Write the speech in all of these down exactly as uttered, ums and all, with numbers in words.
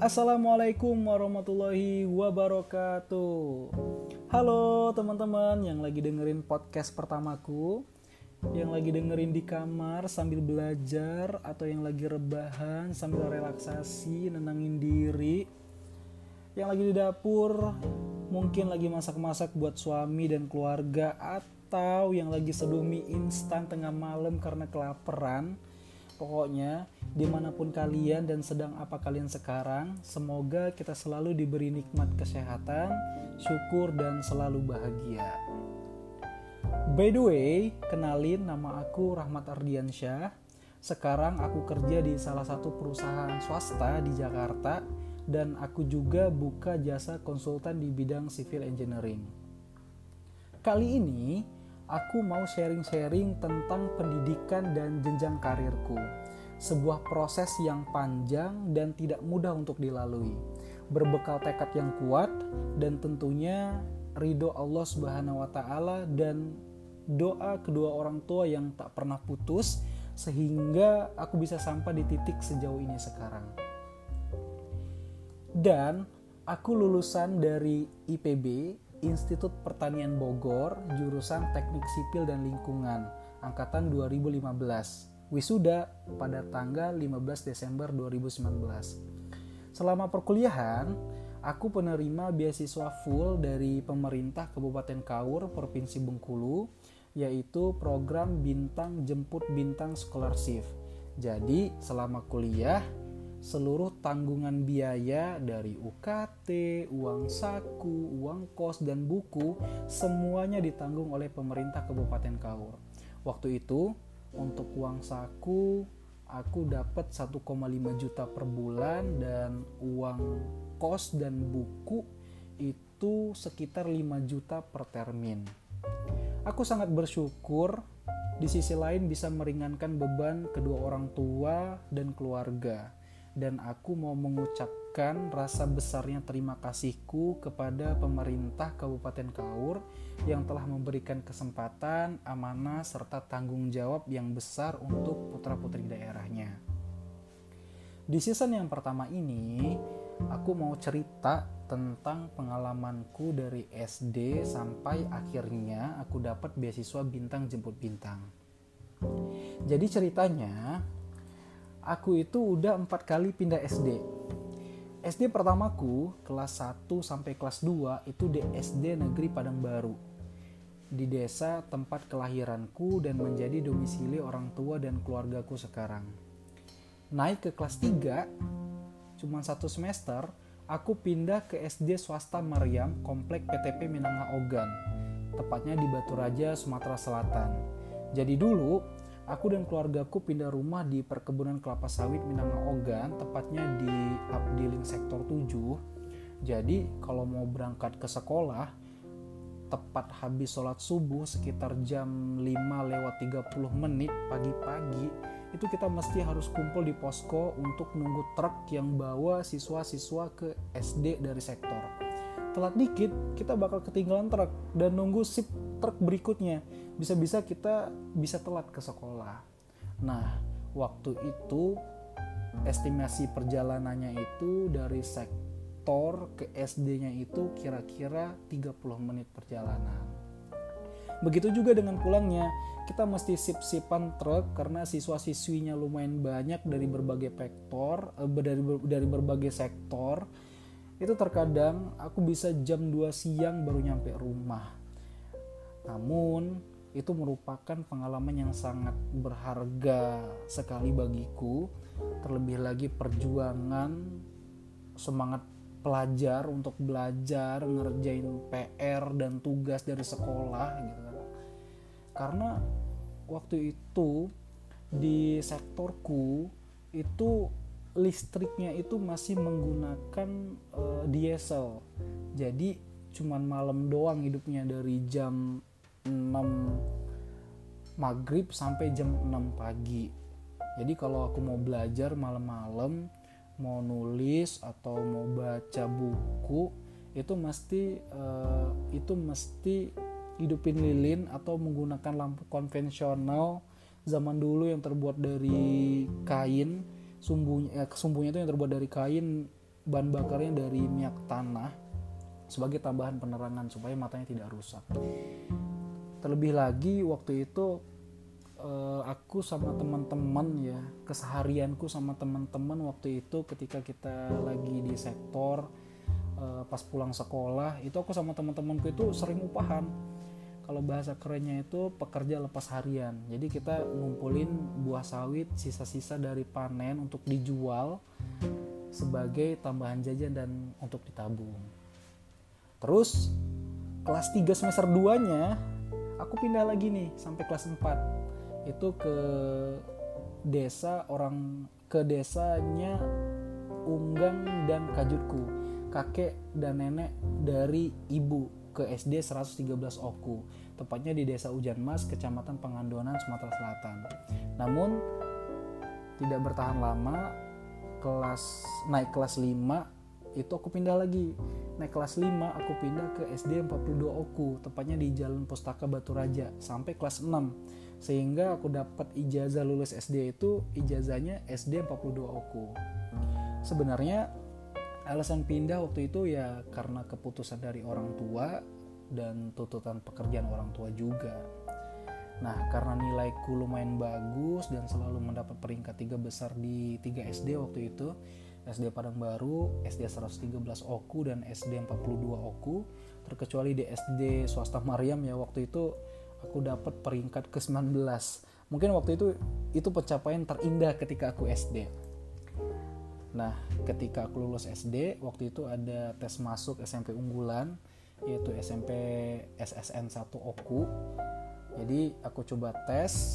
Assalamualaikum warahmatullahi wabarakatuh. Halo teman-teman yang lagi dengerin podcast pertamaku, yang lagi dengerin di kamar sambil belajar, atau yang lagi rebahan sambil relaksasi, nenangin diri, yang lagi di dapur, mungkin lagi masak-masak buat suami dan keluarga, atau yang lagi seduh mie instan tengah malam karena kelaparan. Pokoknya dimanapun kalian dan sedang apa kalian sekarang, semoga kita selalu diberi nikmat kesehatan, syukur dan selalu bahagia. By the way, kenalin, nama aku Rahmat Ardiansyah. Sekarang aku kerja di salah satu perusahaan swasta di Jakarta, dan aku juga buka jasa konsultan di bidang civil engineering. Kali ini aku mau sharing-sharing tentang pendidikan dan jenjang karirku. Sebuah proses yang panjang dan tidak mudah untuk dilalui. Berbekal tekad yang kuat dan tentunya ridho Allah Subhanahu wa taala dan doa kedua orang tua yang tak pernah putus, sehingga aku bisa sampai di titik sejauh ini sekarang. Dan aku lulusan dari I P B, Institut Pertanian Bogor, jurusan Teknik Sipil dan Lingkungan, angkatan dua ribu lima belas. Wisuda pada tanggal lima belas Desember dua ribu sembilan belas. Selama perkuliahan, aku penerima beasiswa full dari pemerintah Kabupaten Kaur, Provinsi Bengkulu, yaitu program Bintang Jemput Bintang Scholarship. Jadi, selama kuliah, seluruh tanggungan biaya dari U K T, uang saku, uang kos, dan buku semuanya ditanggung oleh pemerintah Kabupaten Kaur. Waktu itu, untuk uang saku, aku dapat satu koma lima juta per bulan, dan uang kos dan buku itu sekitar lima juta per termin. Aku sangat bersyukur di sisi lain bisa meringankan beban kedua orang tua dan keluarga. Dan aku mau mengucapkan rasa besarnya terima kasihku kepada pemerintah Kabupaten Kaur yang telah memberikan kesempatan, amanah, serta tanggung jawab yang besar untuk putra-putri daerahnya. Di season yang pertama ini, aku mau cerita tentang pengalamanku dari S D sampai akhirnya aku dapat beasiswa Bintang Jemput Bintang. Jadi ceritanya, aku itu udah empat kali pindah S D. S D pertamaku kelas satu sampai kelas dua itu di S D Negeri Padang Baru, di desa tempat kelahiranku dan menjadi domisili orang tua dan keluargaku sekarang. Naik ke kelas tiga, cuma satu semester, aku pindah ke S D swasta Maryam Komplek P T P Minanga Ogan, tepatnya di Batu Raja, Sumatera Selatan. Jadi dulu aku dan keluargaku pindah rumah di perkebunan kelapa sawit Minanga Ogan, tepatnya di Abdiling Sektor tujuh. Jadi kalau mau berangkat ke sekolah, tepat habis sholat subuh sekitar jam lima lewat tiga puluh menit pagi-pagi, itu kita mesti harus kumpul di posko untuk nunggu truk yang bawa siswa-siswa ke S D dari sektor. Telat dikit, kita bakal ketinggalan truk dan nunggu sip truk berikutnya. Bisa-bisa kita bisa telat ke sekolah. Nah, waktu itu estimasi perjalanannya itu dari sektor ke S D-nya itu kira-kira tiga puluh menit perjalanan. Begitu juga dengan pulangnya, kita mesti sip-sipan truk karena siswa-siswinya lumayan banyak dari berbagai sektor, eh, dari dari berbagai sektor. Itu terkadang aku bisa jam dua siang baru nyampe rumah. Namun itu merupakan pengalaman yang sangat berharga sekali bagiku. Terlebih lagi perjuangan, semangat pelajar untuk belajar, ngerjain P R dan tugas dari sekolah gitu kan. Karena waktu itu di sektorku itu listriknya itu masih menggunakan uh, diesel. Jadi cuman malam doang hidupnya, dari jam enam maghrib sampai jam enam pagi. Jadi kalau aku mau belajar malam-malam, mau nulis atau mau baca buku, itu mesti uh, itu mesti hidupin lilin atau menggunakan lampu konvensional zaman dulu yang terbuat dari kain. Sumbunya, eh, sumbunya itu yang terbuat dari kain bahan bakarnya dari minyak tanah sebagai tambahan penerangan supaya matanya tidak rusak. Terlebih lagi waktu itu uh, aku sama teman-teman ya, keseharianku sama teman-teman waktu itu ketika kita lagi di sektor uh, pas pulang sekolah itu aku sama teman-temanku itu sering upahan. Kalau bahasa kerennya itu pekerja lepas harian. Jadi kita ngumpulin buah sawit sisa-sisa dari panen untuk dijual sebagai tambahan jajan dan untuk ditabung. Terus kelas tiga semester dua-nya aku pindah lagi nih sampai kelas empat. Itu ke desa orang ke desanya Unggang dan Kajutku, kakek dan nenek dari ibu, ke S D seratus tiga belas Oku, tepatnya di Desa Ujanmas, Kecamatan Pangandonan, Sumatera Selatan. Namun tidak bertahan lama, kelas naik kelas lima itu aku pindah lagi. Naik kelas lima aku pindah ke S D empat puluh dua Oku, tepatnya di Jalan Pustaka Batu Raja, sampai kelas enam. Sehingga aku dapat ijazah lulus S D itu ijazahnya S D empat puluh dua Oku. Sebenarnya alasan pindah waktu itu ya karena keputusan dari orang tua dan tuntutan pekerjaan orang tua juga. Nah, karena nilaiku lumayan bagus dan selalu mendapat peringkat tiga besar di tiga S D waktu itu, S D Padang Baru, S D seratus tiga belas Oku, dan S D empat puluh dua Oku, terkecuali di S D swasta Mariam ya, waktu itu aku dapat peringkat ke sembilan belas. Mungkin waktu itu itu pencapaian terindah ketika aku S D. Nah, ketika aku lulus S D, waktu itu ada tes masuk S M P unggulan, yaitu S M P S S N satu Oku. Jadi aku coba tes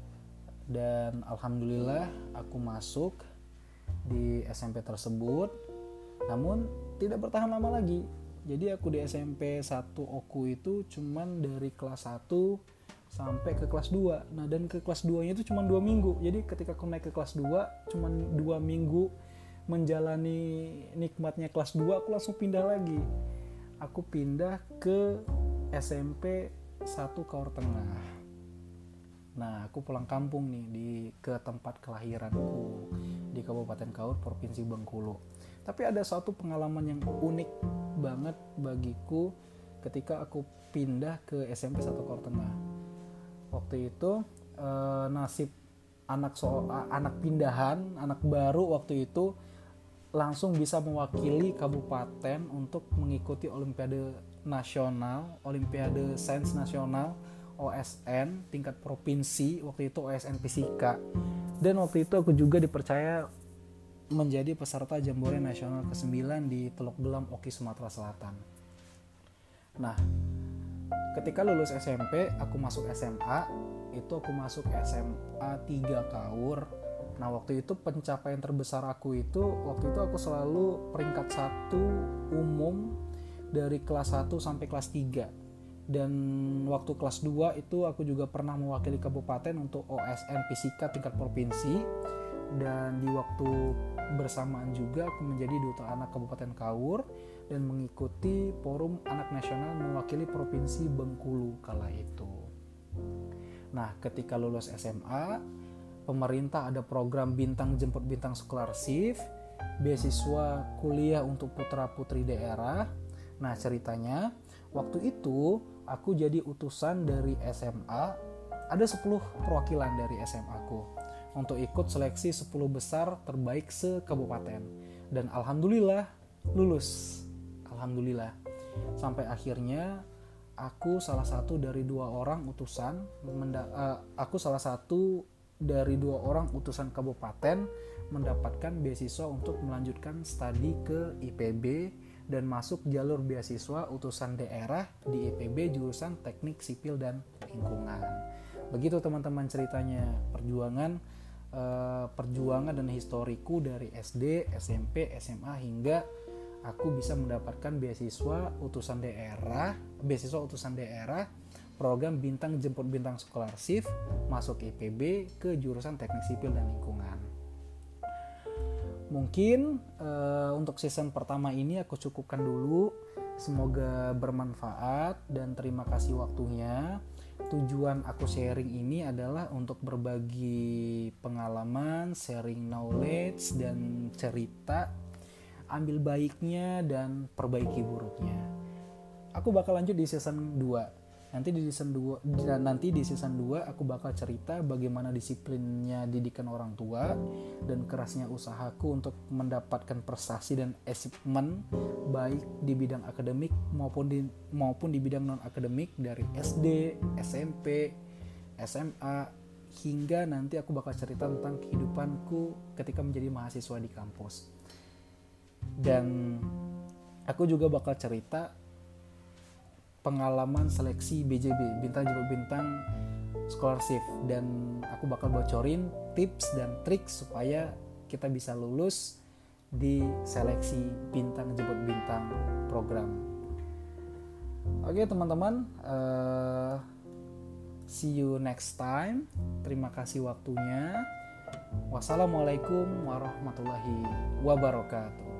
dan alhamdulillah aku masuk di S M P tersebut. Namun tidak bertahan lama lagi. Jadi aku di S M P satu Oku itu cuman dari kelas satu sampai ke kelas dua. Nah, dan ke kelas dua-nya itu cuman dua minggu. Jadi ketika aku naik ke kelas dua, cuman dua minggu menjalani nikmatnya kelas dua, aku langsung pindah lagi. Aku pindah ke S M P satu Kaur Tengah. Nah, aku pulang kampung nih di ke tempat kelahiranku di Kabupaten Kaur, Provinsi Bengkulu. Tapi ada satu pengalaman yang unik banget bagiku ketika aku pindah ke S M P satu Kaur Tengah. Waktu itu eh, nasib anak so anak pindahan, anak baru waktu itu langsung bisa mewakili kabupaten untuk mengikuti Olimpiade Nasional, Olimpiade Sains Nasional O S N tingkat provinsi, waktu itu O S N Fisika. Dan waktu itu aku juga dipercaya menjadi peserta Jambore Nasional kesembilan di Teluk Belam, Oki, Sumatera Selatan. Nah, ketika lulus S M P, aku masuk S M A, itu aku masuk S M A tiga Kaur. Nah, waktu itu pencapaian terbesar aku itu, waktu itu aku selalu peringkat satu umum dari kelas satu sampai kelas tiga. Dan waktu kelas dua itu aku juga pernah mewakili kabupaten untuk O S N Fisika tingkat provinsi. Dan di waktu bersamaan juga aku menjadi duta anak Kabupaten Kaur dan mengikuti forum anak nasional mewakili provinsi Bengkulu kala itu. Nah, ketika lulus S M A, pemerintah ada program bintang jemput bintang scholarship, beasiswa kuliah untuk putra-putri daerah. Nah, ceritanya waktu itu aku jadi utusan dari S M A, ada sepuluh perwakilan dari S M A-ku untuk ikut seleksi sepuluh besar terbaik se-kabupaten. Dan alhamdulillah lulus. Alhamdulillah. Sampai akhirnya aku salah satu dari dua orang utusan menda- uh, aku salah satu dari dua orang utusan kabupaten mendapatkan beasiswa untuk melanjutkan studi ke I P B dan masuk jalur beasiswa utusan daerah di I P B jurusan Teknik Sipil dan Lingkungan. Begitu teman-teman ceritanya perjuangan eh, perjuangan dan historiku dari S D, S M P, S M A hingga aku bisa mendapatkan beasiswa utusan daerah, beasiswa utusan daerah program bintang jemput bintang scholarship masuk I P B ke jurusan Teknik Sipil dan Lingkungan. Mungkin uh, untuk season pertama ini aku cukupkan dulu. Semoga bermanfaat dan terima kasih waktunya. Tujuan aku sharing ini adalah untuk berbagi pengalaman, sharing knowledge dan cerita ambil baiknya dan perbaiki buruknya. Aku bakal lanjut di season dua. Nanti di season dua dan nanti di season dua aku bakal cerita bagaimana disiplinnya didikan orang tua dan kerasnya usahaku untuk mendapatkan prestasi dan achievement baik di bidang akademik maupun di maupun di bidang non akademik dari S D, S M P, S M A hingga nanti aku bakal cerita tentang kehidupanku ketika menjadi mahasiswa di kampus. Dan aku juga bakal cerita pengalaman seleksi B J B, Bintang Jemput Bintang Scholarship, dan aku bakal bocorin tips dan trik supaya kita bisa lulus di seleksi Bintang Jemput Bintang program. Oke teman-teman, uh, see you next time. Terima kasih waktunya. Wassalamualaikum warahmatullahi wabarakatuh.